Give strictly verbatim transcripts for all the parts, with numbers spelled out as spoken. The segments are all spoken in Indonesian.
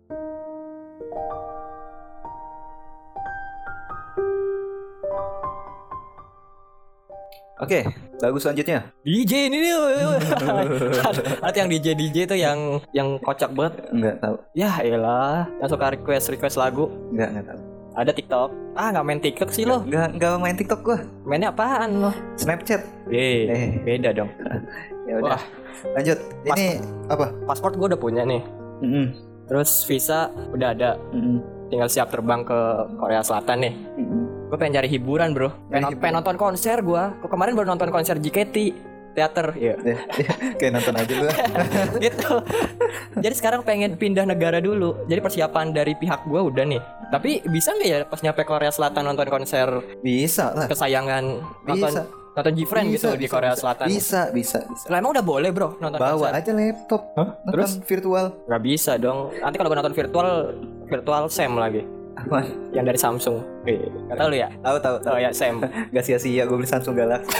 Oke, lagu selanjutnya. D J ini nih. Ada yang D J D J itu yang yang kocak banget. Enggak tahu. Ya elah, yang suka request request lagu. Enggak, enggak tahu. Ada TikTok. Ah, enggak main TikTok sih lo. Enggak, enggak main TikTok gua. Mainnya apaan lo? Snapchat. Eh, Eh. beda dong. Ya udah. Wah, Lanjut. Ini apa? paspor gue udah punya nih. Mm-mm. Terus visa udah ada. Mm-mm. Tinggal siap terbang ke Korea Selatan nih. Mm-mm. Gue pengen cari hiburan bro. Pengen, hiburan. pengen nonton konser gue. Kemarin baru nonton konser J K T teater. Iya. Kayak nonton aja lu. Gitu. Jadi sekarang pengen pindah negara dulu. Jadi persiapan dari pihak gue udah nih. Tapi bisa nggak ya pas nyampe Korea Selatan nonton konser Bisa lah. kesayangan, Bisa. nonton nonton Gfriend gitu Bisa, di bisa, Korea bisa. Selatan? Bisa, bisa, bisa. Lah emang udah boleh bro nonton Bawa konser? aja laptop. Hah? Nonton Terus? virtual. Gak bisa dong. Nanti kalau gue nonton virtual, virtual Sam lagi. Apaan? Yang dari Samsung. Eh, gak tau lu ya? Tahu, tahu, tahu. Oh ya Sam. Gak sia-sia gue beli Samsung Galaxy.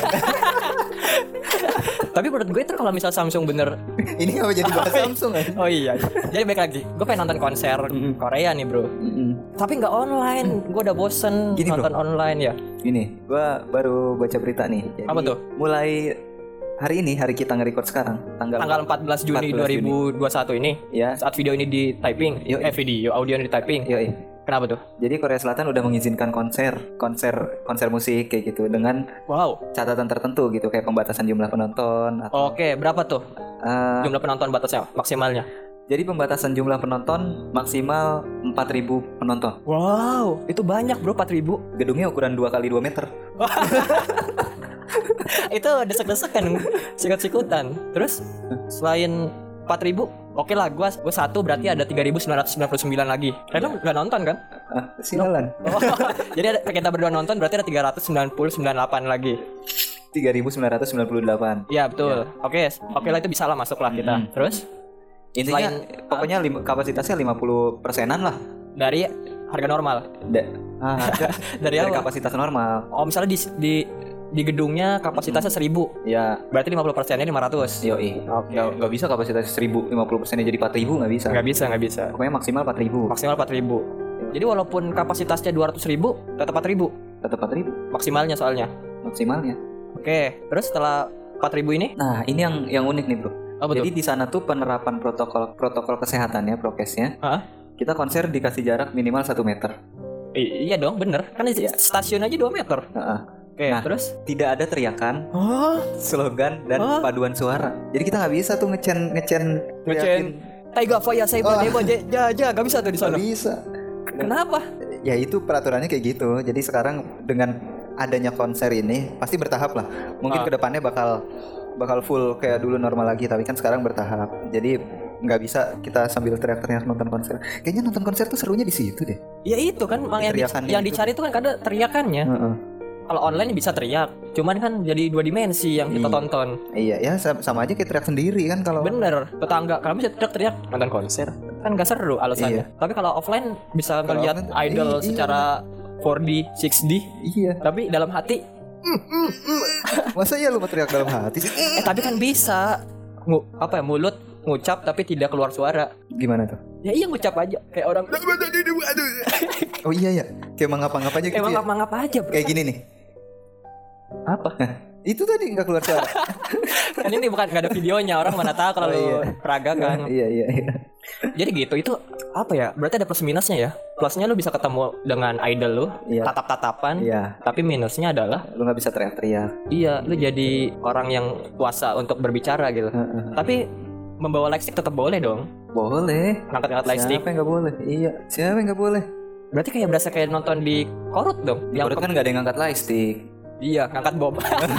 Tapi menurut gue itu kalau misal Samsung bener. Ini ngapa jadi bahas Samsung aja? Oh iya. Jadi baik lagi. Gue pengen nonton konser Korea nih bro. Mm-mm. Tapi nggak online. Gue udah bosen Gini, nonton bro. online ya. Ini, gue baru baca berita nih. Jadi, Apa tuh? Mulai hari ini, hari kita nge-record sekarang, tanggal Tanggal empat belas Juni dua ribu dua puluh satu ini. Ya, Saat video ini di typing. Yoi. Eh video, audio ini di typing. yoi. Kenapa tuh? Jadi Korea Selatan udah mengizinkan konser, konser, konser musik kayak gitu dengan Wow. catatan tertentu gitu, kayak pembatasan jumlah penonton. Atau, Oke, berapa tuh eh, jumlah penonton batasnya maksimalnya? jadi pembatasan jumlah penonton maksimal empat ribu penonton. Wow, itu banyak bro, empat ribu. Gedungnya ukuran dua kali dua meter. Itu desek-desek kan, sikut-sikutan. Terus selain empat ribu, oke lah, gua gua satu berarti ada tiga ribu sembilan ratus sembilan puluh sembilan lagi. Kalian nggak nonton kan? Ah, sialan. Oh, jadi ada, kita berdua nonton berarti ada tiga ratus sembilan puluh sembilan delapan lagi. tiga ribu sembilan ratus sembilan puluh delapan. Iya betul. Oke, oke lah itu bisa lah masuk lah kita. Hmm. Terus Intinya Selain- pokoknya lim- kapasitasnya lima puluh persenan lah. dari harga normal, Da- ah, enggak. dari Dari apa? kapasitas normal. Oh misalnya di di di gedungnya kapasitasnya seribu, Ya, berarti lima puluh persennya lima ratus. yoi. Oke. Nggak, nggak bisa kapasitas seribu, lima puluh persennya jadi empat ribu, nggak bisa. Nggak bisa, nggak bisa. Pokoknya maksimal empat ribu. Maksimal empat ribu. Jadi walaupun kapasitasnya dua ratus ribu, tetap empat ribu Tetap empat ribu maksimalnya soalnya. maksimalnya. Oke, terus setelah empat ribu ini Nah, ini yang yang unik nih, Bro. apa Jadi tuh? di sana tuh penerapan protokol protokol kesehatannya, prokesnya. Hah? Kita konser dikasih jarak minimal satu meter. I- iya dong, bener. Kan di stasiun aja dua meter. Heeh. Oke, Nah. terus? Tidak ada teriakan, Oh, slogan, dan Hah? paduan suara. Jadi kita nggak bisa tuh ngecen ngecen ngecen. Taiga Faya saya Oh. Debo ja ja gak bisa tuh di Nggak sana. bisa. Kenapa? Ya itu peraturannya kayak gitu. Jadi sekarang dengan adanya konser ini pasti bertahap lah. Mungkin Ah. kedepannya bakal bakal full kayak dulu normal lagi. Tapi kan sekarang bertahap. Jadi nggak bisa kita sambil teriak-teriak nonton konser. Kayaknya nonton konser tuh serunya di situ deh. Ya itu kan yang, di- Teriakannya yang itu. dicari itu kan kadang teriakannya. Heeh. Kalau online bisa teriak, cuman kan jadi dua dimensi yang kita Iya. tonton. Iya ya sama, sama aja kayak teriak sendiri kan kalau. Bener, tetangga kalau bisa teriak-teriak nonton konser kan gak seru alasannya. Tapi kalau offline bisa Kalau ngeliat offline tuh- idol iya, iya. secara four D, six D, Iya. tapi dalam hati Masa ya lu mau teriak dalam hati sih? eh tapi kan bisa ngu apa ya mulut ngucap tapi tidak keluar suara. Gimana tuh? Ya iya ngucap aja kayak orang Oh iya ya. Kayak mangap-mangap aja gitu kayak ya. mangap-mangap aja. Bro. Kayak gini nih. Apa? Itu tadi nggak keluar suara. Kan ini bukan gak ada videonya, orang mana tahu kalau Oh, iya. lu peragakan. Iya iya iya. Jadi gitu itu apa ya? Berarti ada plus minusnya ya. Plusnya lu bisa ketemu dengan idol lu, Iya. tatap-tatapan. Iya. Tapi minusnya adalah Lu nggak bisa teriak-teriak. iya, lu jadi orang yang kuasa untuk berbicara gitu. Heeh. Tapi membawa lightstick tetap boleh dong. Boleh. Ngangkat-ngangkat lightstick. Siapa yang nggak boleh? Iya. Siapa yang nggak boleh? Berarti kayak berasa kayak nonton di Korut dong. Di Yang Korut kan nggak ada yang ngangkat lightstick. iya, ngangkat bom.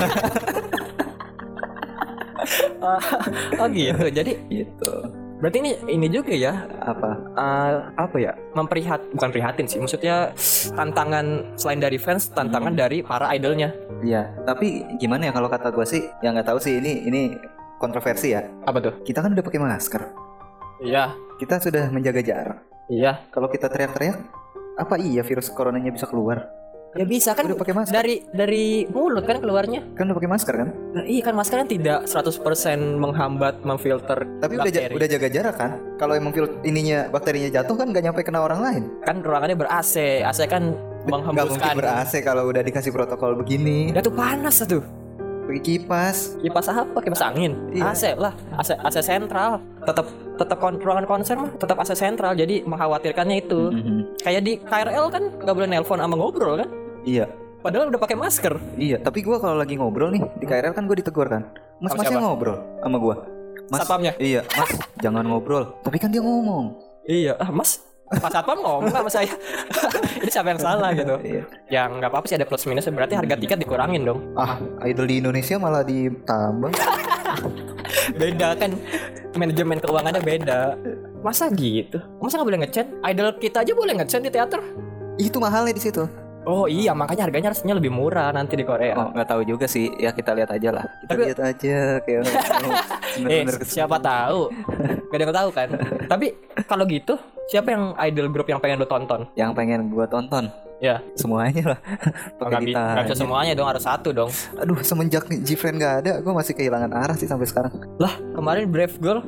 Oh gitu. Jadi Gitu. berarti ini ini juga ya Apa? eh, apa ya? Memprihat bukan prihatin sih. Maksudnya tantangan selain dari fans, tantangan dari para idolnya. Iya. Tapi gimana ya kalau kata gue sih? Yang nggak tahu sih ini ini kontroversi ya. Apa tuh? Kita kan udah pakai masker. Iya. Kita sudah menjaga jarak. Iya. Kalau kita teriak-teriak, apa iya virus coronanya bisa keluar? Ya bisa kan Udah pakai masker. dari dari mulut kan keluarnya. Kan udah pakai masker kan? Nah, iya kan masker kan tidak seratus persen menghambat memfilter Tapi udah ja- bakteri. udah jaga jarak kan? Kalau emang fil- ininya bakterinya jatuh kan nggak nyampe kena orang lain. Kan ruangannya ber-A C. A C kan Nggak mungkin menghembuskan. ber-A C kalau udah dikasih protokol begini. Udah tuh panas tuh. Pakai kipas. Kipas apa? Kipas angin. Iya. A C lah, A C A C sentral. Tetap tetap kon- ruangan konser mah tetap A C sentral. Jadi mengkhawatirkannya itu. Mhm. Kayak di K R L kan nggak boleh nelpon sama ngobrol kan? Iya. Padahal udah pakai masker. Iya, tapi gua kalau lagi ngobrol nih di K R L kan gue ditegur kan. Mas Sama masnya siapa? ngobrol sama gua. Mas, Satpamnya? Iya, Mas jangan ngobrol. Tapi kan dia ngomong. Iya, ah, Mas. Pas satpam ngomong sama saya. Ini siapa yang salah gitu? Iya. Ya nggak apa-apa sih ada plus minus. Berarti harga tiket dikurangin dong. Ah, idol di Indonesia malah ditambah. Beda kan, manajemen keuangannya beda. Masa gitu? Masa nggak boleh ngechat? Idol kita aja boleh ngechat di teater? Itu mahalnya di situ. Oh iya, makanya harganya harusnya lebih murah nanti di Korea. Oh, nggak tahu juga sih. Ya kita lihat aja lah. Kita Tapi- lihat aja kayak Eh, bener-bener kesel. siapa tahu? Gak ada yang tahu kan. Tapi kalau gitu, siapa yang idol grup yang pengen lu tonton? Yang pengen gua tonton Ya, semuanya lah. oh, Pakai nggak bi- ditanya. nggak bisa semuanya dong, harus satu dong. Aduh, semenjak G-Friend nggak ada, gue masih kehilangan arah sih sampai sekarang. Lah, kemarin Brave Girl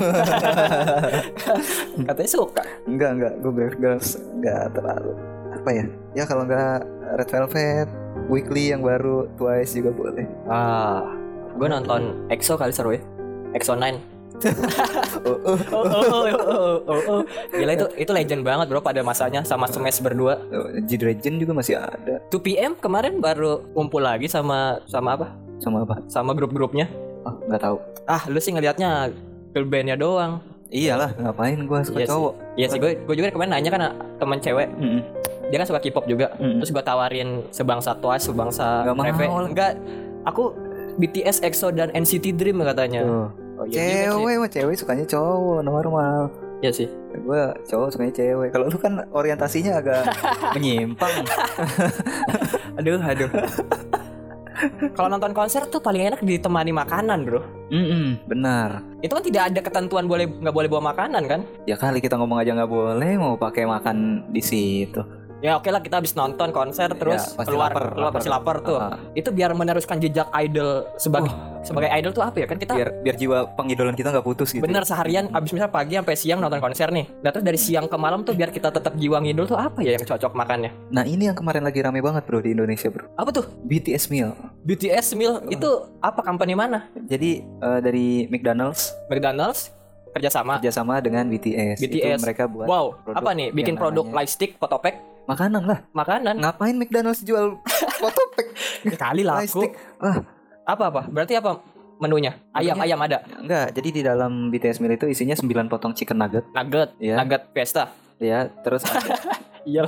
katanya suka. Enggak, enggak, gue Brave Girls enggak terlalu. Apa ya? Ya kalau enggak Red Velvet, Weekly yang baru, Twice juga boleh. Ah, gue nonton E X O kali seru ya. E X O sembilan. Oh, oh, Oh, oh, oh, oh, oh, oh. Gila itu itu legend banget bro pada masanya sama Smash berdua. oh, G-Dragon juga masih ada. two P M kemarin baru ngumpul lagi sama sama apa? Sama apa? Sama grup-grupnya. Oh, enggak tahu. Ah, lu sih ngelihatnya girl bandnya doang. Iyalah, ngapain gue suka Iya sih. cowok. Iya sih, gue gue juga kemarin nanya kan teman cewek, Mm-mm. dia kan suka K-pop juga. Mm. Terus gue tawarin sebangsa Twice, sebangsa Nggak mau Reve. lah. Enggak, aku B T S, E X O dan N C T Dream katanya. Tuh. Oh, iya juga sih. Cewek mah cewek sukanya cowok normal. Iya sih. Gue cowok sukanya cewek. Kalau lu kan orientasinya agak menyimpang. Aduh, aduh. Kalau nonton konser tuh paling enak ditemani makanan, bro. Mm-mm, benar. Itu kan tidak ada ketentuan boleh nggak boleh bawa makanan kan? Ya kali kita ngomong aja nggak boleh, mau pakai makan di situ. Ya oke lah, kita habis nonton konser terus pasti keluar lapar, keluar lapar. pasti lapar tuh. Ah. Itu biar meneruskan jejak idol sebagai sebagai idol tuh apa ya? Kan kita Biar biar jiwa pengidolan kita nggak putus gitu. bener seharian abis misal pagi sampai siang nonton konser nih. Nah terus dari siang ke malam tuh biar kita tetap jiwa ngidol tuh apa ya yang cocok makannya? Nah ini yang kemarin lagi rame banget bro di Indonesia bro. Apa tuh? B T S meal. B T S meal itu apa, company mana? Jadi eh, dari McDonald's McDonald's kerjasama. kerjasama dengan B T S. B T Itu S. mereka buat. Wow, produk apa nih? Bikin yang produk namanya- light stick, potopack, Makanan lah. makanan. Ngapain McDonald's jual fotopack? Kali laku. Lightstick. Ah, Apa apa? Berarti apa menunya? Ayam, Menunya- ayam ada. enggak. Jadi di dalam B T S meal itu isinya sembilan potong chicken nugget. Nugget, Iya. nugget fiesta. Ya, terus ada- Iya.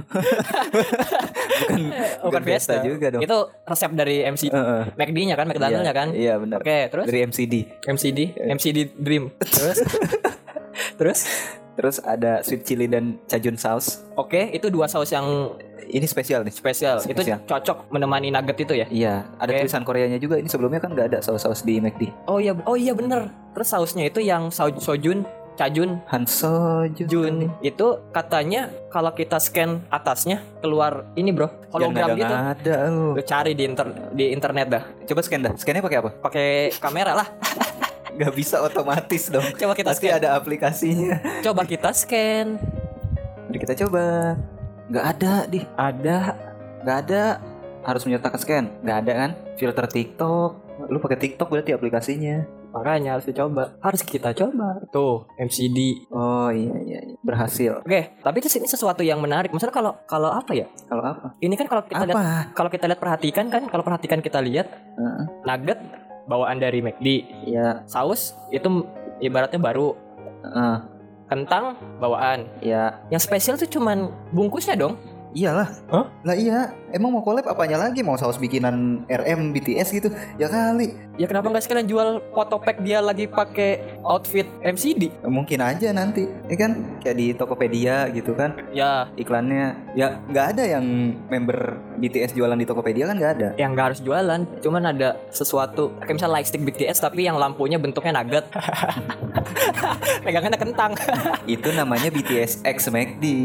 bukan Bukan fiesta juga dong. Itu resep dari M C Eh, eh. McD-nya kan, McDonald-nya Iya, kan? Iya benar. Oke, terus Dari M C D. M C D, M C D Dream. Terus terus Terus ada sweet chili dan cajun sauce. oke, itu dua saus yang Ini spesial nih. spesial. Itu Spesial. cocok menemani nugget itu ya? Iya, ada Oke. tulisan Koreanya juga. Ini sebelumnya kan nggak ada saus-saus di McD. Oh iya, oh iya bener. Terus sausnya itu yang sau- sojun, cajun, Hanso jun. Itu katanya kalau kita scan atasnya keluar ini bro, hologram gitu. Ada lu. Lu cari di inter- di internet dah. Coba scan dah. Scannya pakai apa? Pakai kamera lah. Gak bisa otomatis dong. Coba kita Pasti scan. ada aplikasinya. Coba kita scan. Mari kita coba. Nggak ada di. Ada. Nggak ada. Harus menyertakan scan. Nggak ada kan? Filter TikTok. Lu pakai TikTok berarti aplikasinya. Makanya harus dicoba. Harus kita coba. Tuh, M C D. Oh iya iya, iya. Berhasil. Oke, tapi itu ini sesuatu yang menarik. Maksudnya kalau kalau apa ya? Kalau apa? Ini kan kalau kita lihat Apa? kalau kita lihat perhatikan kan, kalau perhatikan kita lihat Heeh. nugget bawaan dari McD. Iya. Saus itu ibaratnya baru. Heeh. Kentang bawaan. Iya. Yang spesial tuh cuman bungkusnya dong. Iyalah. Hah? Lah iya. Emang mau collab apanya lagi? Mau saus bikinan R M B T S gitu? Ya kali. Ya kenapa nggak sekalian jual foto pack dia lagi pakai outfit M C D? Mungkin aja nanti. Ya kan? Kayak di Tokopedia gitu kan. Ya, Iklannya. Ya nggak ada yang member B T S jualan di Tokopedia kan nggak ada. yang nggak harus jualan, cuman ada sesuatu kayak misalnya lightstick B T S tapi yang lampunya bentuknya nugget. Pegangannya kentang. Itu namanya B T S X McD.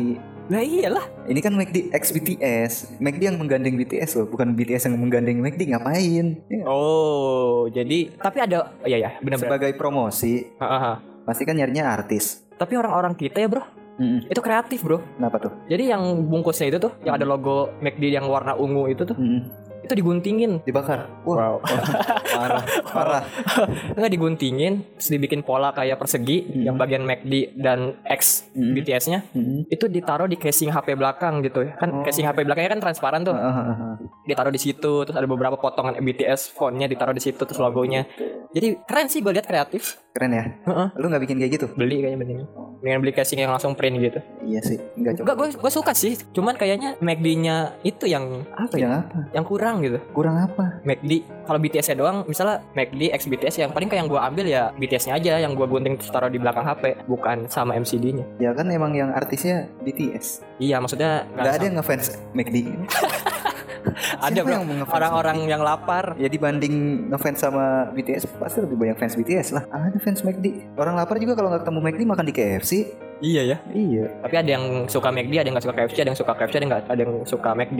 Nah iyalah. Ini kan McD X B T S. McD yang menggandeng B T S loh, bukan B T S yang menggandeng McD. Ngapain? Ya. Oh, jadi tapi ada iya ya, benar-benar. Sebagai promosi, Heeh. pasti kan nyarinya artis. Tapi orang-orang kita ya, Bro, Mm-mm. itu kreatif, Bro. Kenapa tuh? Jadi yang bungkusnya itu tuh, yang ada logo McD yang warna ungu itu tuh, Mm-mm. itu diguntingin. Dibakar. Wah, Wow. parah, parah. Enggak diguntingin, terus dibikin pola kayak persegi Hmm. yang bagian McD dan X Hmm. B T S-nya. Mm-mm. Itu ditaruh di casing H P belakang gitu ya. Kan Oh. casing H P belakangnya kan transparan tuh. Ah, ah, ah. Ditaruh di situ, terus ada beberapa potongan B T S fontnya ditaruh di situ, terus logonya. Jadi keren sih, gue lihat kreatif. Keren ya. Heeh. Lu nggak bikin kayak gitu? Beli kayaknya mending. Dengan beli casing yang langsung print gitu. Iya sih. Nggak coba. Enggak, gue gue suka sih. Cuman kayaknya McD-nya itu yang apa ya? Yang apa? Yang kurang gitu. Kurang apa? McD kalau B T S-nya doang, misalnya McD X B T S, yang paling kayak yang gue ambil ya B T S-nya aja, yang gue gunting terus taruh di belakang H P, bukan sama M C D-nya. Ya kan emang yang artisnya B T S. Iya, maksudnya Nggak ada yang ngefans McD. ada, Siapa bro, yang ngefans orang-orang yang lapar. Ya dibanding ngefans sama B T S pasti lebih banyak fans B T S lah. Ada fans McD. Orang lapar juga kalau nggak ketemu McD makan di K F C. Iya ya. Iya. Tapi ada yang suka McD, ada yang nggak suka K F C, ada yang suka K F C, ada yang nggak, ada yang suka McD.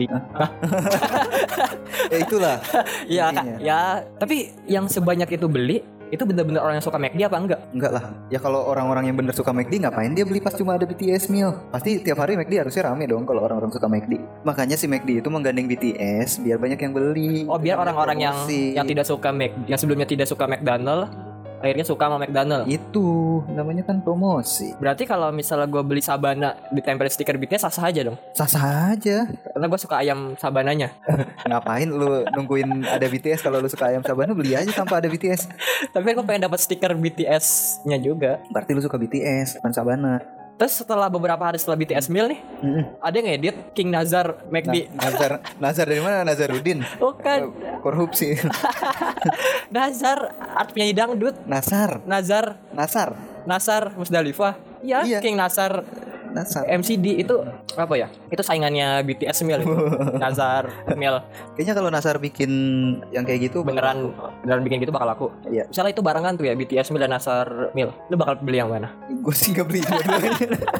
Ya itulah. Iya, Kak. intinya. Ya. Tapi yang sebanyak itu beli, itu benar-benar orang yang suka McD apa enggak? Enggak lah. Ya kalau orang-orang yang bener suka McD ngapain dia beli pas cuma ada B T S meal? Pasti tiap hari McD harusnya rame dong kalau orang-orang suka McD. Makanya si McD itu menggandeng B T S biar banyak yang beli. Oh, biar orang-orang yang Promosi. yang tidak suka McD, yang sebelumnya tidak suka McDonald, akhirnya suka sama McDonald. Itu namanya kan promosi. Berarti kalau misalnya gue beli Sabana ditempel stiker B T S, sah-sah aja dong. Sah-sah aja. Karena gue suka ayam Sabananya. Ngapain lu nungguin ada B T S kalau lu suka ayam Sabana beli aja tanpa ada B T S. Tapi kan gue pengen dapat stiker B T S-nya juga. Berarti lu suka B T S bukan Sabana. Terus setelah beberapa hari setelah B T S meal nih, Mm-mm. ada yang edit King Nazar McD. Na- Nazar Nazar dari mana? Nazarudin. Bukan, Korupsi. Nazar art penyanyi dangdut. Nasar. Nazar, Nasar. Nasar Musdalifah. Iya, Iya. King Nazar Nasar. M C D itu apa ya? Itu saingannya B T S meal itu. Nazar meal. Kayaknya kalau Nasar bikin yang kayak gitu Beneran beneran bikin gitu bakal laku. Iya. Misalnya itu barengan tuh ya, B T S meal dan Nazar meal. Lu bakal beli yang mana? gue sih gak beli dua-duanya.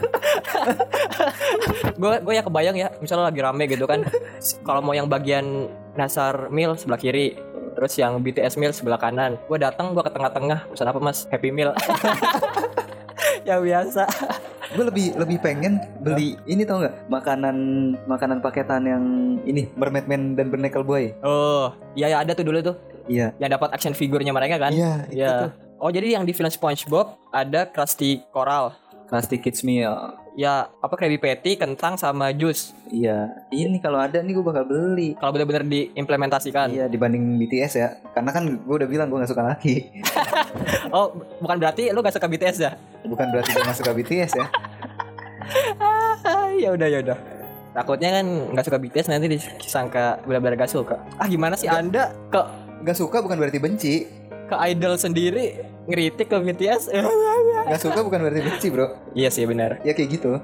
Gue gue ya kebayang ya, misalnya lagi rame gitu kan. Kalau mau yang bagian Nazar meal sebelah kiri, terus yang B T S meal sebelah kanan. Gue datang, gue ke tengah-tengah. Pesan apa mas? Happy meal. Ya biasa. Gue lebih lebih pengen beli ini tau nggak, makanan makanan paketan yang ini Mermaid Man dan Bernacle Boy. Oh, iya ya ada tuh dulu tuh. Iya. Yang dapat action figurnya mereka kan? Iya, itu Iya. tuh. Oh, jadi yang di film SpongeBob ada Krusty Coral. Krusty Kids Meal. Ya, apa Krabby Patty, kentang sama jus. Iya. Ini kalau ada nih gue bakal beli. Kalau benar-benar diimplementasikan. Iya, dibanding B T S ya. Karena kan gue udah bilang gue gak suka laki. Oh, bukan berarti lu gak suka B T S ya? Bukan berarti gue gak suka B T S ya. Ah, ya udah ya udah. Takutnya kan nggak suka B T S nanti disangka benar-benar gak suka. Ah gimana sih Anda ke Gak suka bukan berarti benci. ke idol sendiri ngeritik ke B T S? Gak suka bukan berarti benci bro. Iya sih benar. Ya kayak gitu.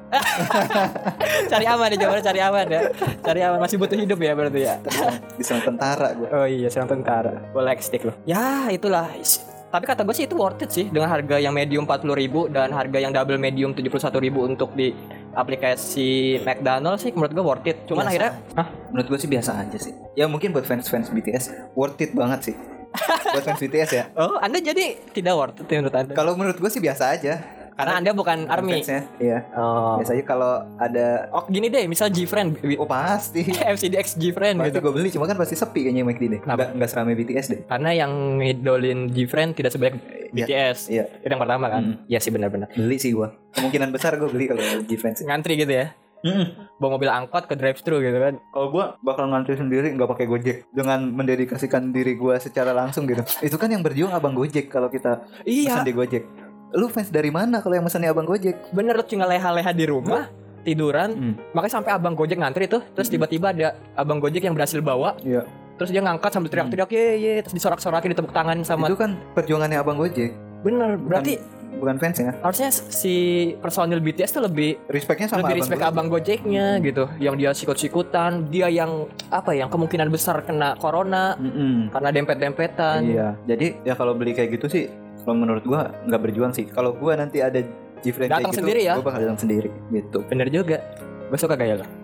Cari aman ya, jawabannya cari aman ya. Cari aman, masih butuh hidup ya berarti ya. Diserang tentara gue. Oh iya, serang tentara. Gue like stick loh. Ya itulah. Tapi kata gue sih itu worth it sih, dengan harga yang medium empat puluh ribu dan harga yang double medium tujuh puluh satu ribu untuk di aplikasi McDonald's sih menurut gue worth it. Cuman Biasa. akhirnya hah? Menurut gue sih biasa aja sih. Ya mungkin buat fans-fans B T S worth it banget sih. Buat fans B T S ya. Oh, Anda jadi tidak worth it ya menurut Anda? Kalau menurut gue sih biasa aja. Karena Anda bukan army. Fansnya, iya. Oh. Biasanya kalau ada Oh, gini deh, misal G-Friend oh pasti. M C D X G-Friend Pasti gitu. gue beli, cuma kan pasti sepi kayaknya McD deh. Kenapa? Nggak, nggak seramai B T S deh. Karena yang ngidolin G-Friend tidak sebanyak B T S. Iya. Itu yang pertama kan? Mm. Iya sih benar-benar. Beli sih gue. Kemungkinan besar gue beli kalau G-Fans. Ngantri gitu ya. Bawa mobil angkot ke drive-thru gitu kan. Kalau gue bakal ngantri sendiri nggak pakai Gojek dengan mendedikasikan diri gue secara langsung gitu. Itu kan yang berjuang abang Gojek kalau kita Iya. pesan di Gojek. Lu fans dari mana kalau yang mesennya abang Gojek? Bener, lu tinggal leha-leha di rumah, tiduran. Hmm. Makanya sampai abang Gojek ngantri tuh. Terus tiba-tiba ada abang Gojek yang berhasil bawa. Iya. Terus dia ngangkat sambil teriak-teriak ye ye. Terus disorak-sorakin, ditepuk tangan sama. Itu kan perjuangannya abang Gojek. Bener, berarti Bukan fans ya. harusnya si personil B T S tuh lebih Respectnya sama lebih abang respect ke Gojek. abang Gojeknya gitu, yang dia sikut-sikutan, dia yang apa yang kemungkinan besar kena corona Mm-mm. karena dempet-dempetan. Iya. Jadi ya kalau beli kayak gitu sih, kalau menurut gua nggak berjuang sih. Kalau gua nanti ada G-Friend kayak Datang gitu, sendiri ya? gua bakal datang sendiri gitu. Bener juga. Gue suka gaya lo.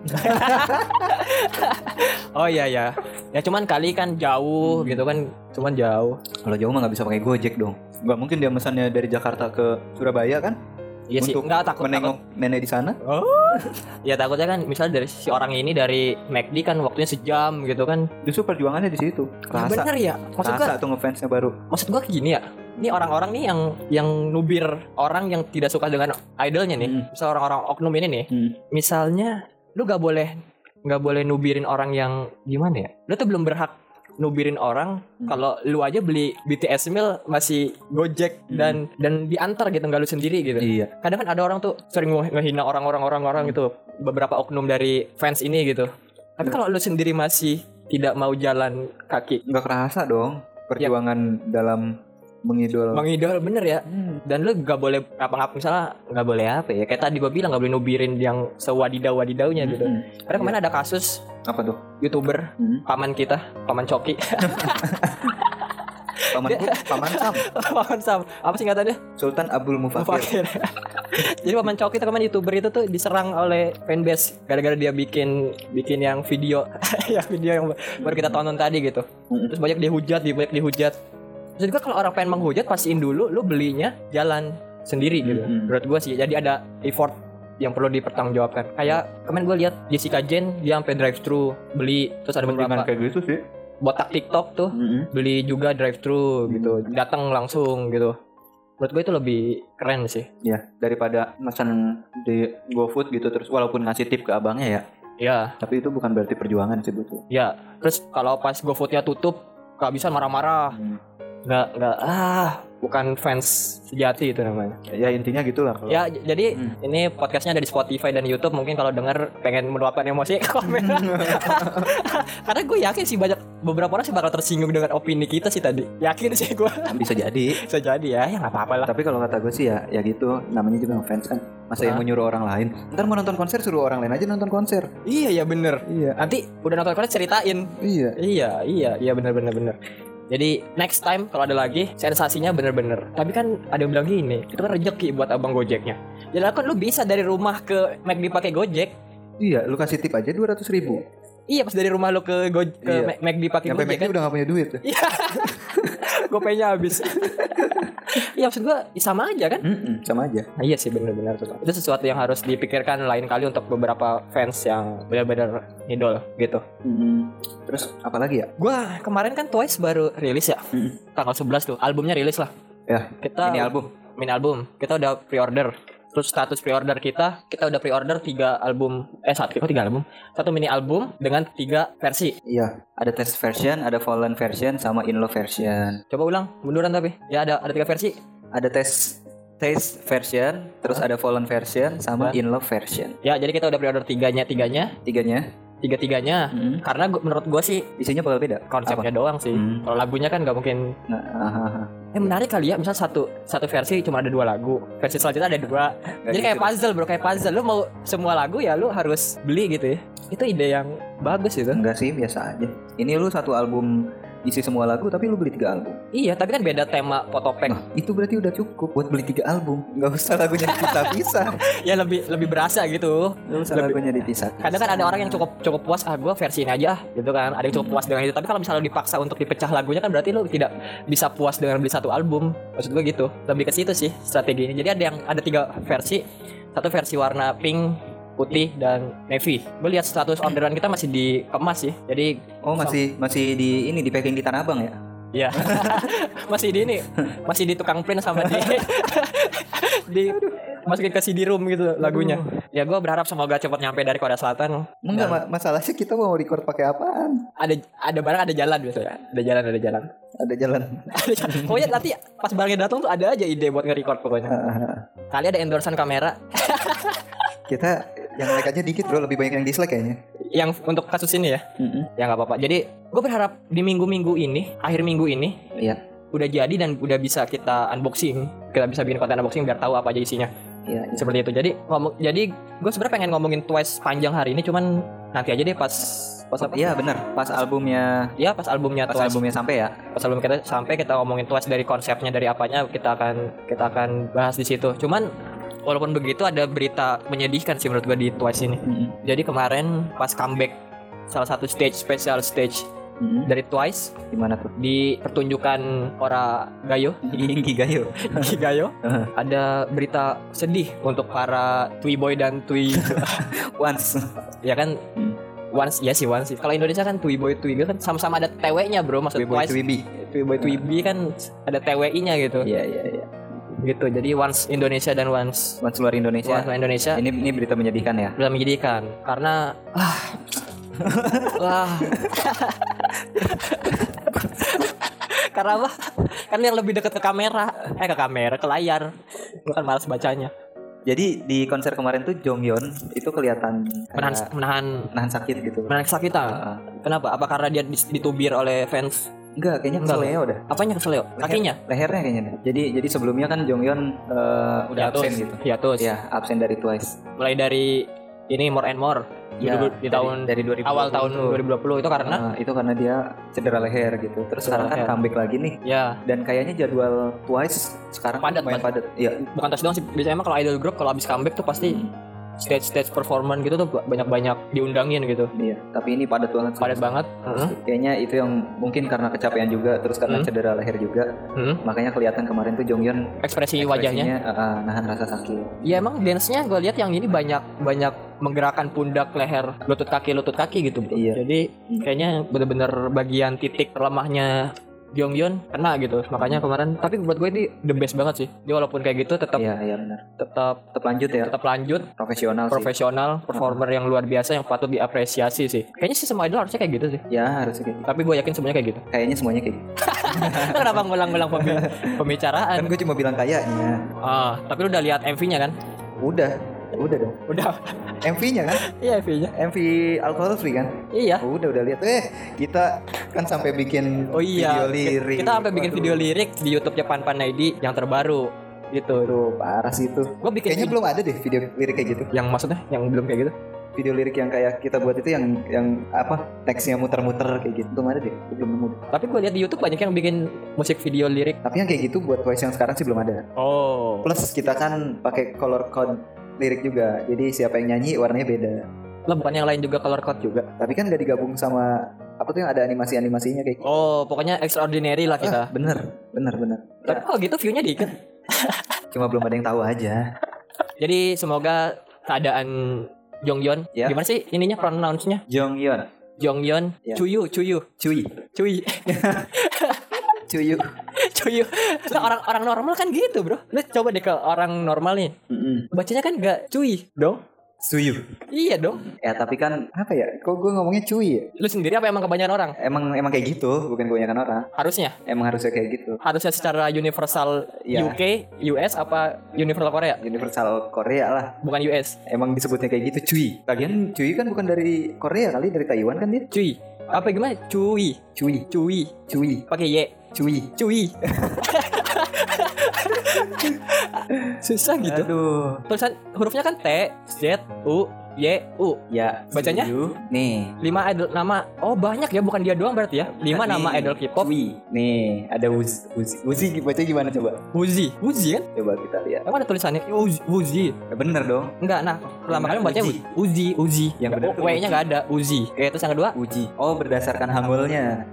Oh iya ya. Ya cuman kali kan jauh gitu kan, cuman jauh. Kalau jauh mah nggak bisa pakai Gojek dong. Nggak mungkin dia mesannya dari Jakarta ke Surabaya kan? Iya sih, Untuk enggak takut menengok takut. nenek di sana. Oh. Ya takutnya kan misalnya dari si orang ini dari McD kan waktunya sejam gitu kan. Justru perjuangannya di situ. Ya Rasa. bener ya. Maksud Rasa gua, tuh ngefansnya baru. maksud gua gini ya. Ini orang-orang nih yang yang nubir orang yang tidak suka dengan idolnya nih. Hmm. Misal orang-orang oknum ini nih. Hmm. Misalnya lu gak boleh nggak boleh nubirin orang yang gimana ya. Lu tuh belum berhak nubirin orang Hmm. kalau lu aja beli B T S meal masih Gojek Hmm. dan dan diantar gitu nggak lu sendiri gitu. Iya. Kadang kan ada orang tuh sering nge- ngehina orang-orang orang-orang gitu, beberapa oknum dari fans ini gitu. Tapi Hmm. kalau lu sendiri masih tidak mau jalan kaki, Nggak kerasa dong perjuangan dalam mengidol. mengidol bener ya. Hmm. Dan lu gak boleh apa-apa, misalnya gak boleh apa ya, kayak tadi gue bilang gak boleh nubirin yang sewadidaw-wadidaunya gitu. Hmm. Karena kemarin ada kasus Apa tuh? YouTuber Hmm. paman kita, paman Coki. Pamanku, Paman Sam, Paman Sam, apa singkatannya? Sultan Abdul Mufakir. Mufakir. Jadi paman Coki itu kemarin YouTuber itu tuh diserang oleh fanbase gara-gara dia bikin bikin yang video ya video yang baru kita tonton tadi gitu. Hmm. Terus banyak dihujat, di- banyak dihujat. Terus juga kalau orang pengen menghujat pastiin dulu lu belinya jalan sendiri gitu. Hmm. Menurut gue sih, jadi ada effort yang perlu dipertanggungjawabkan. Kayak kemarin gue lihat Jessica Jen dia sampai drive thru beli, terus ada Mendingan beberapa kayak gitu sih. botak TikTok tuh Mm-mm. beli juga drive thru gitu, datang langsung gitu. Menurut gue itu lebih keren sih. Ya, daripada pesan di GoFood gitu terus walaupun ngasih tip ke abangnya ya, Ya, tapi itu bukan berarti perjuangan sih betul. ya. Terus kalau pas GoFood-nya tutup, kehabisan marah-marah. Hmm. Nggak, nggak, ah, bukan fans sejati itu namanya. Ya intinya gitulah kalau. Ya, j- jadi Hmm. ini podcastnya ada di Spotify dan YouTube. Mungkin kalau denger pengen meluapkan emosi, komen. Karena gue yakin sih banyak beberapa orang sih bakal tersinggung dengan opini kita sih tadi. Yakin sih gue. Bisa jadi. Bisa jadi ya, ya nggak apa-apa lah. Tapi kalau kata gue sih ya, ya gitu. Namanya juga ngefans kan. Masa yang Ah. mau nyuruh orang lain. Ntar mau nonton konser suruh orang lain aja nonton konser. Iya, ya bener. Iya. Nanti udah nonton konser ceritain. Iya. Iya, iya, iya bener-bener bener. Jadi next time kalau ada lagi sensasinya bener-bener. Tapi kan ada yang bilang gini, itu kan rezeki buat abang Gojeknya. Jadi kan lu bisa dari rumah ke McD pakai Gojek. Iya, lu kasih tip aja dua ratus ribu. Iya, pas dari rumah lu ke Go ke Iya. Mac- McD pakai Sampai Gojek McD kan. udah gak punya duit. Iya. Gopaynya habis. Iya, maksud gua ya sama aja kan? Mm-mm, sama aja. Nah, iya sih benar-benar tuh. Itu sesuatu yang harus dipikirkan lain kali untuk beberapa fans yang benar-benar idol gitu. Mm-mm. Terus apa lagi ya? Gua kemarin kan Twice baru rilis ya. Mm-mm. Tanggal sebelas tuh, albumnya rilis lah. Ya, Kita ini album. mini album. Kita udah pre-order. Terus status pre-order kita, kita udah pre-order tiga album, eh satu, kok tiga album? Satu mini album dengan tiga versi. Iya, ada test version, ada fallen version, sama in love version. Coba ulang, munduran tapi. Ya ada ada tiga versi. Ada test taste version, terus ada fallen version, sama Ya. in love version. Ya, jadi kita udah pre-order tiganya, tiganya, Tiganya, tiga tiganya. mm, Karena gua, menurut gua sih isinya bakal beda. konsepnya doang sih. Hmm. Kalau lagunya kan nggak mungkin. Nah, aha, aha. Eh menarik kali ya, misal satu satu versi cuma ada dua lagu, versi selanjutnya ada dua. Gak Jadi kayak gitu. puzzle bro, kayak puzzle. Lu mau semua lagu ya lu harus beli gitu ya. Itu ide yang bagus itu. Enggak sih, biasa aja. Ini lu satu album isi semua lagu, tapi lu beli tiga album. Iya, tapi kan beda tema fotopack. Nah, itu berarti udah cukup buat beli tiga album. Nggak usah lagunya dipisah-pisah. Ya lebih lebih berasa gitu. Nggak usah Lebih- lagunya dipisah. Kadang kan ada orang yang cukup cukup puas, ah gue versi ini aja ah, gitu kan. Ada yang cukup puas dengan itu. Tapi kalau misalnya dipaksa untuk dipecah lagunya kan berarti lu tidak bisa puas dengan beli satu album. Maksud gue gitu. Lebih ke situ sih strategi ini. Jadi ada yang ada tiga versi. Satu versi warna pink, putih dan navy. Gue lihat status orderan kita masih dikemas sih. Jadi Oh, masih masih di ini di packing di Tanah Abang ya? ya masih di ini, masih di tukang print sama di di masukin ke C D room gitu lagunya. Ya gue berharap semoga cepat nyampe dari Korea Selatan. Enggak, Dan ma- masalahnya kita mau record pakai apaan? ada ada barang ada jalan biasanya. Ada jalan ada jalan. Ada jalan. Ada jalan. Pokoknya nanti pas barangnya datang tuh ada aja ide buat nge-record pokoknya. Kali ada endorsean kamera Kita yang like aja dikit bro, lebih banyak yang dislike kayaknya. yang untuk kasus ini ya. Mm-mm. Ya nggak apa-apa. Jadi gue berharap di minggu-minggu ini, akhir minggu ini Iya. udah jadi dan udah bisa kita unboxing. Kita bisa bikin konten unboxing biar tahu apa aja isinya. Iya. iya. Seperti itu. Jadi ngomong jadi gue sebenarnya pengen ngomongin Twice panjang hari ini, cuman nanti aja deh pas pas apa? Iya benar. Pas albumnya, Ya pas albumnya pas Twice. albumnya sampai ya. Pas album kita sampai kita ngomongin Twice dari konsepnya dari apanya kita akan kita akan bahas di situ. Cuman walaupun begitu ada berita menyedihkan sih menurut gue di Twice ini. Mm-hmm. Jadi kemarin pas comeback salah satu stage, special stage Mm-hmm. dari Twice, Gimana tuh? di pertunjukan Ora Gayo, Gigi Gayo. Gigi Gayo, ada berita sedih untuk para Twi Boy dan Twi Once. ya kan. Once ya sih Once sih. Kalau Indonesia kan Twi Boy Twi Girl kan sama-sama ada T W-nya bro. Maksud Twi Boy Twice Twi B. Twi Boy Twi B kan ada T W I-nya gitu. Iya iya iya. Gitu. Jadi Once Indonesia dan Once Once luar Indonesia. Once Indonesia Ini ini berita menyedihkan ya. udah menjadikan karena ah wah karena apa? Kan yang lebih dekat ke kamera, eh ke kamera, ke layar. Bukan malas bacanya. Jadi di konser kemarin tuh Jonghyun itu kelihatan Menahan kayak menahan nahan sakit gitu. menahan kesakitan. Heeh. Kenapa? Apa karena dia dis- ditubir oleh fans? Enggak, kayaknya Enggak. keseleo dah. Apanya keseleo? Kakinya? Lehernya kayaknya dah. Jadi jadi sebelumnya kan Jonghyun eh, udah Hiatus. absen gitu. Hiatus. Ya, absen dari Twice. Mulai dari ini More and More di, Ya, di dari- tahun dari dua ribu dua puluh awal tahun tuh. dua ribu dua puluh itu karena Nah, itu karena dia cedera leher gitu. Terus Cedera sekarang kan leher. comeback lagi nih. ya Dan kayaknya jadwal Twice sekarang Padat, lumayan padat. Iya. bukan tes doang sih. Biasanya emang kalau idol group kalau habis comeback tuh pasti stage-stage performance gitu tuh banyak-banyak diundangin gitu. Iya, tapi ini padat banget. sih. Padat banget. Heeh. Kayaknya itu yang mungkin karena kecapean juga, terus karena Hmm. cedera leher juga, Heeh. makanya kelihatan kemarin tuh Jonghyun Ekspresi wajahnya. ekspresinya, uh, nahan rasa sakit. Ya emang dance-nya gue lihat yang ini banyak banyak menggerakkan pundak, leher, lutut kaki, lutut kaki gitu bro. Iya. Jadi kayaknya bener-bener bagian titik terlemahnya Jonghyun kena gitu. Makanya kemarin, tapi buat gue ini the best banget sih. Dia walaupun kayak gitu tetap Iya, iya benar. tetap Tetap lanjut ya. tetap lanjut, Profesional sih. profesional, performer yang luar biasa yang patut diapresiasi sih. Kayaknya sih semua idol harusnya kayak gitu sih. Ya, harusnya kayak gitu. Tapi gue yakin semuanya kayak gitu. Kayaknya semuanya kayak gitu. Kenapa ngulang-ngulang pembi- pembicaraan? Kan gue cuma bilang kayaknya. Ah, tapi lu udah lihat M V-nya kan? Udah. Udah dong. Udah. M V-nya kan? Iya M V-nya. M V Alcohol Free kan? Iya. Udah, udah lihat. Eh, kita kan sampai bikin Oh iya. video lirik. Kita sampai bikin Waduh. video lirik di YouTube-nya Pan Pan Naidi yang terbaru. Gitu. Aduh, parah sih itu. Gue bikin Kayaknya video- belum ada deh video lirik kayak gitu. yang maksudnya yang belum kayak gitu. Video lirik yang kayak kita buat itu yang yang apa? Teksnya muter-muter kayak gitu. Belum ada deh. Belum nemu. Tapi gue lihat di YouTube banyak yang bikin musik video lirik. Tapi yang kayak gitu buat Twice yang sekarang sih belum ada. Oh. Plus kita kan pakai color code lirik juga. Jadi siapa yang nyanyi warnanya beda. Lah bukan yang lain juga color code juga. Tapi kan gak digabung sama apa tuh yang ada animasi-animasinya kayak gitu. Oh, pokoknya extraordinary lah kita. Ah, bener, bener, bener. Tapi Ya, kalau gitu view-nya dikit. cuma belum ada yang tahu aja. Jadi semoga keadaan Jonghyun, Ya. gimana sih ininya pronounce-nya? Jonghyun, Jonghyun, Ya. Chuyu, Chuyu, Cuy, Cuy, Cuyu. Cuyu. Nah, orang orang normal kan gitu, Bro. Lu coba deh ke orang normal nih. Mm-mm. Bacanya kan enggak Cuy dong. Suyu. Iya dong. Ya tapi kan apa ya? Kok gue ngomongnya cuy ya? Lu sendiri apa emang kebanyakan orang? Emang emang kayak gitu, bukan kebanyakan orang. Harusnya. Emang harusnya kayak gitu. Harusnya secara universal Iya. U K, U S apa universal Korea? Universal Korea lah. Bukan U S. Emang disebutnya kayak gitu cuy. Lagian cuy kan bukan dari Korea kali, dari Taiwan kan dia. Cuy. Apa gimana? Cuy. Cuy, Cuy. cuy, Pakai Y. cuy. Cuy. Susah gitu. Aduh. Tulisan hurufnya kan T, Z, U, Y, U. Ya, Bacanya? Suyu. Nih. Lima idol nama. Oh banyak ya, bukan dia doang berarti ya. Lima Nih, nama idol K-pop. Cuy. Nih, ada Uzi. Uzi, Uzi baca gimana coba? Wuzi. Wuzi kan? Coba kita lihat. Emang ada tulisannya Wuzi. Wuzi. Ya, bener dong. Enggak, nah pertama kali Bener, bacanya Uzi. Uzi. Uzi. Yang bener tuh W-nya Uzi. nggak ada. Uzi. Oke, terus yang kedua? Uji. Oh, berdasarkan hangulnya.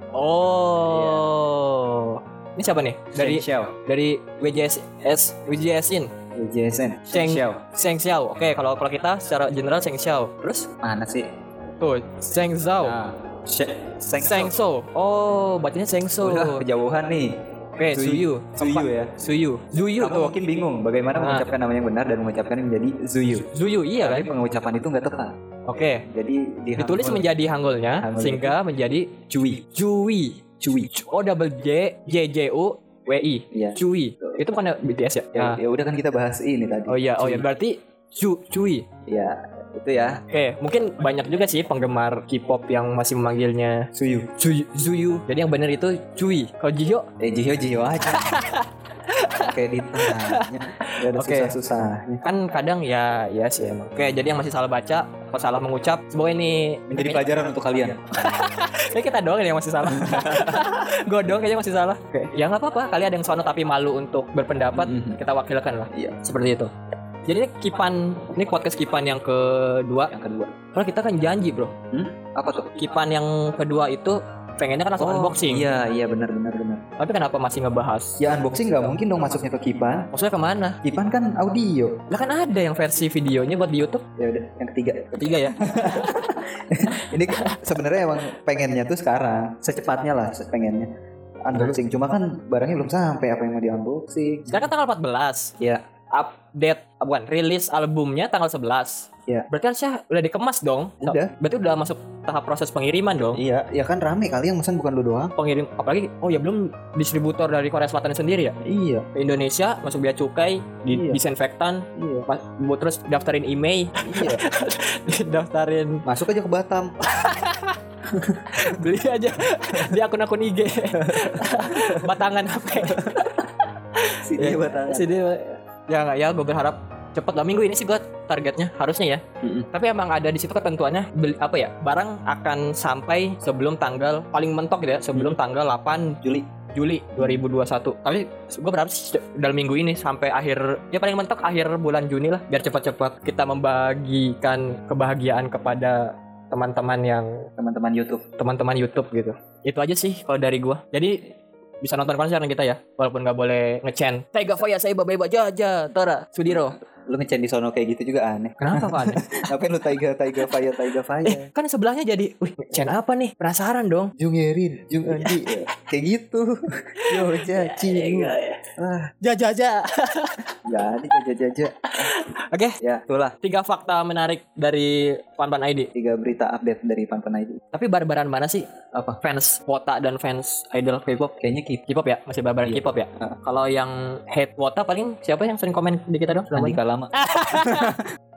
Oh. Ini siapa nih? Dari Sheng Xiao. dari W J S S W J S In. W J S N. Sheng Xiao. Sheng Xiao. Oke, kalau kalau kita secara general Sheng Xiao. Terus Mana sih? tuh Sheng Zhao. Nah, She- Sheng Sheng Xiao. So. Oh, bacanya Sheng So. Udah kejauhan nih. Oke, Suyu. Suyu ya. Suyu. Zuyu Kamu tuh. mungkin bingung bagaimana Nah. mengucapkan nama yang benar dan mengucapkan menjadi Zuyu. Zuyu iya Tapi kan? pengucapan itu nggak tepat. Oke. Jadi di Ditulis hangul menjadi hangulnya Hangul sehingga menjadi Cui. Cui. Cui. Oh double J J J U W I. Iya. Cui. Itu bukan B T S ya? Ya, Nah. ya udah kan kita bahas ini tadi. Oh iya, oh iya Cui. berarti Cu Cui. Ya, itu ya. Oke, mungkin banyak juga sih penggemar K-pop yang masih memanggilnya Suyu. Cuy, Zuyu. Jadi yang benar itu Cui. Kalau Jiho, Eh Jihyo Jihyo aja. Kayak ditanya. Gak ada Oke. susah-susahnya. kan kadang ya ya sih emang. Oke, jadi yang masih salah baca atau salah mengucap, semoga ini Menjadi pelajaran untuk kalian. Kayak kita doang yang masih salah. Gue doang kayaknya masih salah. Oke. Ya nggak apa-apa. Kali ada yang sono tapi malu untuk berpendapat, Mhm. kita wakilkan lah. Iya. Seperti itu. Jadi ini Kipan, ini podcast Kipan yang kedua. Yang kedua. Kalau kita kan janji bro, Hmm? Apa tuh? Kipan yang kedua itu pengennya kan langsung unboxing. Iya, iya benar benar benar. Tapi kenapa masih ngebahas? Ya unboxing nggak mungkin dong masuknya ke Kipan. Maksudnya kemana? Kipan kan audio. Lah kan ada yang versi videonya buat di YouTube. Ya udah, yang ketiga. Ketiga ya. Ini sebenarnya emang pengennya tuh sekarang, secepatnya lah pengennya unboxing. Cuma kan barangnya belum sampai, apa yang mau di unboxing. Sekarang kan tanggal empat belas. Ya, Update, ah, bukan, rilis albumnya tanggal sebelas. Ya. Berarti kan Syah udah dikemas dong. Udah. Berarti udah masuk tahap proses pengiriman dong. iya, ya kan rame kali yang pesan bukan lu doang. Pengirim, apalagi oh ya belum distributor dari Korea Selatan sendiri ya. Iya, Ke Indonesia masuk bea cukai, di Iya. disinfektan, iya, pas- buat terus daftarin email, iya. daftarin Masuk aja ke Batam. beli aja di akun-akun I G. Batangan apa? Sini Batam. Sini ya nggak ya, gue berharap cepet lah, minggu ini sih gue targetnya harusnya ya. Mm-mm. Tapi emang ada di situ ketentuannya beli, apa ya, barang akan sampai sebelum tanggal paling mentok gitu ya, sebelum tanggal delapan Juli. Juli dua ribu dua puluh satu. Tapi gue berharap sih dalam minggu ini sampai akhir, ya paling mentok akhir bulan Juni lah, biar cepat-cepat kita membagikan kebahagiaan kepada teman-teman yang Teman-teman YouTube. teman-teman YouTube gitu. Itu aja sih kalau dari gue. Jadi bisa nonton konser kita ya, walaupun nggak boleh ngecen. Taiga Faya saya babai bajaja, Tora Sudiro. Lu ngecen di sono kayak gitu juga aneh. Kenapa kan? Ngapain lu taiga taiga faya taiga Eh faya? kan sebelahnya jadi, wih ngecen apa nih? Penasaran dong. Jung Yerin, Jung Andi, kayak gitu. Yo jaci. Ah, Jajaja. jadi jaja jaja. Oke, Ya, itulah tiga fakta menarik dari Panpan I D. tiga berita update dari Panpan I D. Tapi barbaran mana sih Apa? fans Wota dan fans idol K-pop? Kayaknya K-pop. K-pop ya, masih barbaran Iya. K-pop ya. Heeh. Kalau yang hate Wota paling siapa yang sering komen di kita dong? Andika Lama.